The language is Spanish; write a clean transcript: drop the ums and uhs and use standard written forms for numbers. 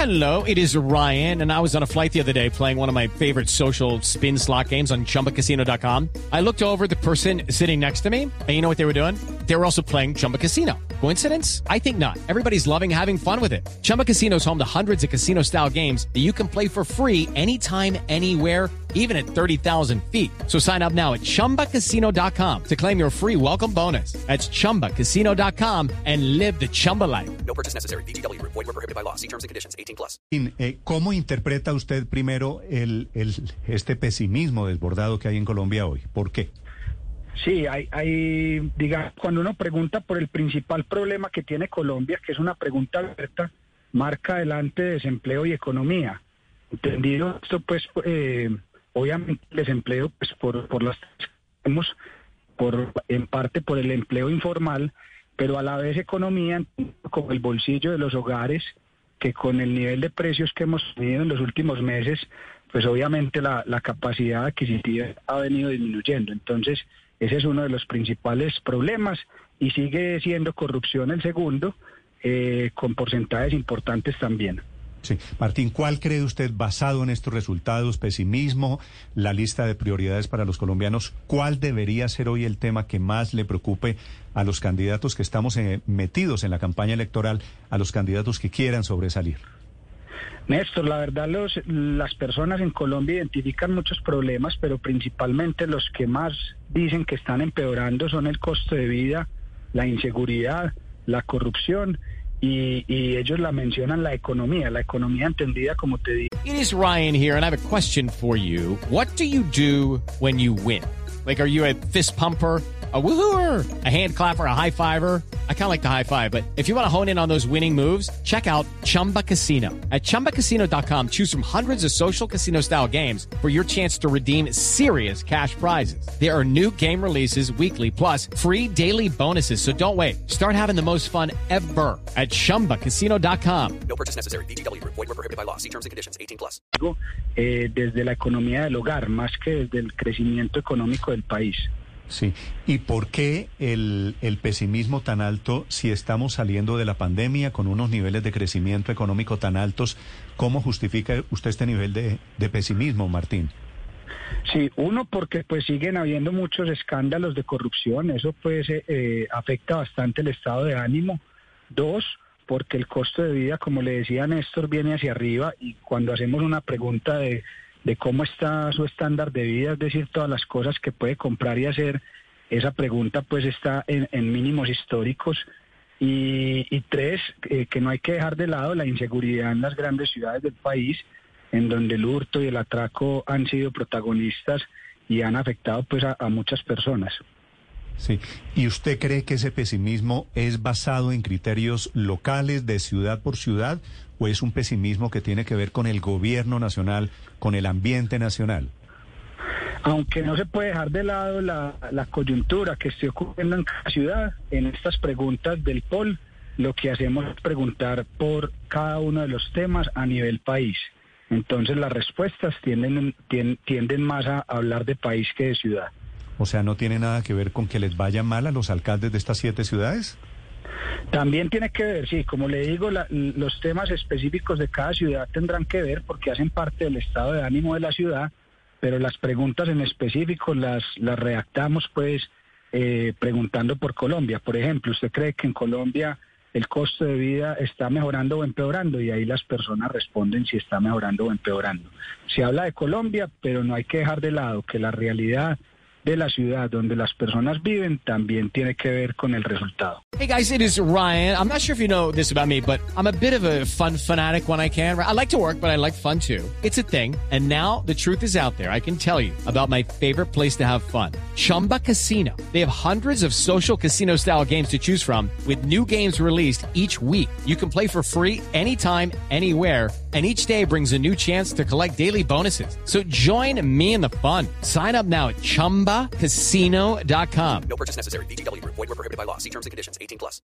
Hello, it is Ryan, and I was on a flight the other day playing one of my favorite social spin slot games on ChumbaCasino.com. I looked over at the person sitting next to me, and you know what they were doing? They were also playing Chumba Casino. Coincidence? I think not. Everybody's loving having fun with it. Chumba Casino is home to hundreds of casino-style games that you can play for free anytime, anywhere, even at 30,000 feet. So sign up now at ChumbaCasino.com to claim your free welcome bonus. That's ChumbaCasino.com and live the Chumba life. No purchase necessary. VGW. Void were prohibited by law. See terms and conditions. 18+. ¿Cómo interpreta usted primero este pesimismo desbordado que hay en Colombia hoy? ¿Por qué? Sí, diga, cuando uno pregunta por el principal problema que tiene Colombia, que es una pregunta abierta, marca adelante desempleo y economía. Entendido esto, pues, obviamente el desempleo, pues, en parte por el empleo informal, pero a la vez economía con el bolsillo de los hogares, que con el nivel de precios que hemos tenido en los últimos meses, pues obviamente la capacidad adquisitiva ha venido disminuyendo. Entonces, ese es uno de los principales problemas y sigue siendo corrupción el segundo, con porcentajes importantes también. Sí. Martín, ¿cuál cree usted, basado en estos resultados, pesimismo, la lista de prioridades para los colombianos, cuál debería ser hoy el tema que más le preocupe a los candidatos que estamos metidos en la campaña electoral, a los candidatos que quieran sobresalir? Néstor, la verdad las personas en Colombia identifican muchos problemas, pero principalmente los que más dicen que están empeorando son el costo de vida, la inseguridad, la corrupción y ellos la mencionan la economía entendida como te digo. It is Ryan here, and I have a question for you. What do you do when you win? Like, are you a fist pumper, a woohooer, a hand clapper, a high fiver? I kind of like the high five, but if you want to hone in on those winning moves, check out Chumba Casino. At ChumbaCasino.com, choose from hundreds of social casino-style games for your chance to redeem serious cash prizes. There are new game releases weekly, plus free daily bonuses, so don't wait. Start having the most fun ever at ChumbaCasino.com. No purchase necessary. VGW. Void were prohibited by law. See terms and conditions. 18+. Desde la economía del hogar, más que desde el crecimiento económico del país. Sí. ¿Y por qué el pesimismo tan alto si estamos saliendo de la pandemia con unos niveles de crecimiento económico tan altos? ¿Cómo justifica usted este nivel de pesimismo, Martín? Sí, uno, porque pues siguen habiendo muchos escándalos de corrupción, eso pues afecta bastante el estado de ánimo. Dos, porque el costo de vida, como le decía Néstor, viene hacia arriba y cuando hacemos una pregunta de cómo está su estándar de vida, es decir, todas las cosas que puede comprar y hacer, esa pregunta pues está en mínimos históricos. Y tres, que no hay que dejar de lado la inseguridad en las grandes ciudades del país, en donde el hurto y el atraco han sido protagonistas y han afectado pues a muchas personas. Sí. ¿Y usted cree que ese pesimismo es basado en criterios locales, de ciudad por ciudad, o es un pesimismo que tiene que ver con el gobierno nacional, con el ambiente nacional? Aunque no se puede dejar de lado la coyuntura que esté ocurriendo en cada ciudad, en estas preguntas del POL, lo que hacemos es preguntar por cada uno de los temas a nivel país. Entonces las respuestas tienden más a hablar de país que de ciudad. O sea, ¿no tiene nada que ver con que les vaya mal a los alcaldes de estas 7 ciudades? También tiene que ver, sí, como le digo, los temas específicos de cada ciudad tendrán que ver porque hacen parte del estado de ánimo de la ciudad, pero las preguntas en específico las redactamos pues preguntando por Colombia. Por ejemplo, ¿usted cree que en Colombia el costo de vida está mejorando o empeorando? Y ahí las personas responden si está mejorando o empeorando. Se habla de Colombia, pero no hay que dejar de lado que la realidad de la ciudad donde las personas viven también tiene que ver con el resultado. Hey guys, it is Ryan. I'm not sure if you know this about me, but I'm a bit of a fun fanatic when I can. I like to work, but I like fun too. It's a thing. And now the truth is out there. I can tell you about my favorite place to have fun. Chumba Casino. They have hundreds of social casino style games to choose from with new games released each week. You can play for free anytime, anywhere. And each day brings a new chance to collect daily bonuses. So join me in the fun. Sign up now at ChumbaCasino.com. No purchase necessary. VGW. Void were prohibited by law. See terms and conditions. 18+.